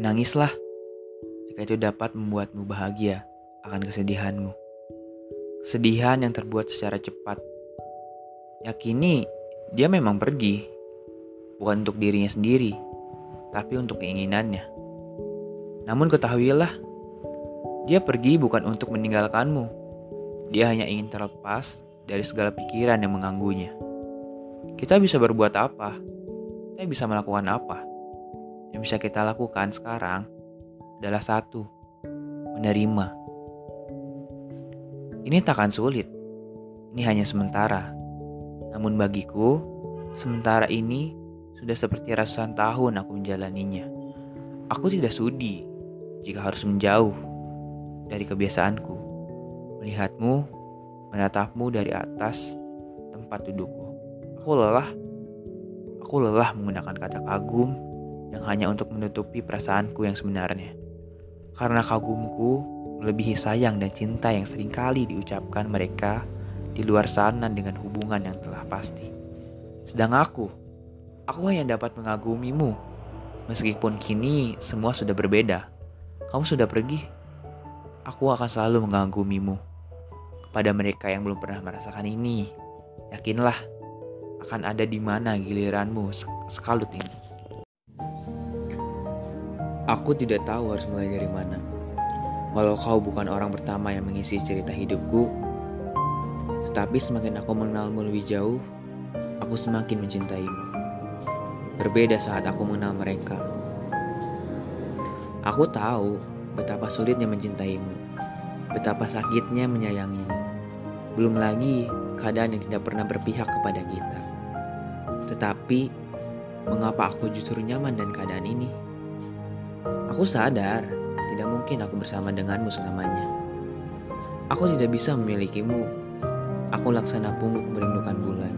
Menangislah jika itu dapat membuatmu bahagia akan kesedihanmu. Kesedihan yang terbuat secara cepat. Yakini dia memang pergi, bukan untuk dirinya sendiri, tapi untuk keinginannya. Namun ketahuilah, dia pergi bukan untuk meninggalkanmu. Dia hanya ingin terlepas dari segala pikiran yang mengganggunya. Kita bisa berbuat apa? Kita bisa melakukan apa? Yang bisa kita lakukan sekarang adalah satu, menerima. Ini takkan sulit, ini hanya sementara. Namun bagiku, sementara ini sudah seperti ratusan tahun aku menjalaninya. Aku tidak sudi jika harus menjauh dari kebiasaanku. Melihatmu, menatapmu dari atas tempat dudukku. Aku lelah menggunakan kata kagum yang hanya untuk menutupi perasaanku yang sebenarnya. Karena kagumku melebihi sayang dan cinta yang seringkali diucapkan mereka di luar sana dengan hubungan yang telah pasti. Sedang aku hanya dapat mengagumimu. Meskipun kini semua sudah berbeda. Kamu sudah pergi. Aku akan selalu mengagumimu. Kepada mereka yang belum pernah merasakan ini, yakinlah akan ada di mana giliranmu sekalut ini. Aku tidak tahu harus mulai dari mana. Walau kau bukan orang pertama yang mengisi cerita hidupku, tetapi semakin aku mengenalmu lebih jauh, aku semakin mencintaimu. Berbeda saat aku mengenal mereka. Aku tahu betapa sulitnya mencintaimu, betapa sakitnya menyayangimu. Belum lagi keadaan yang tidak pernah berpihak kepada kita. Tetapi, mengapa aku justru nyaman dengan keadaan ini? Aku sadar, tidak mungkin aku bersama denganmu selamanya. Aku tidak bisa memilikimu. Aku laksana pungguk merindukan bulan.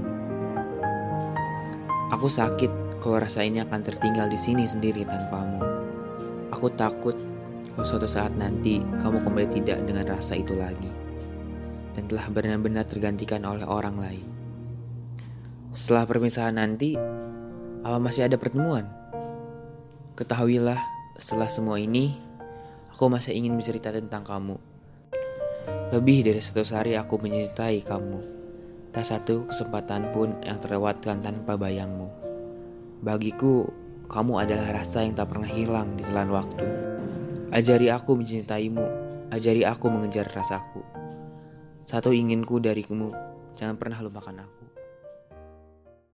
Aku sakit kalau rasa ini akan tertinggal di sini sendiri tanpamu. Aku takut kalau suatu saat nanti kamu kembali tidak dengan rasa itu lagi dan telah benar-benar tergantikan oleh orang lain. Setelah perpisahan nanti, apa masih ada pertemuan? Ketahuilah, setelah semua ini, aku masih ingin bercerita tentang kamu. Lebih dari 100 hari aku mencintai kamu. Tak satu kesempatan pun yang terlewatkan tanpa bayangmu. Bagiku, kamu adalah rasa yang tak pernah hilang di telan waktu. Ajari aku mencintaimu, ajari aku mengejar rasaku. Satu inginku darimu, jangan pernah lupakan aku.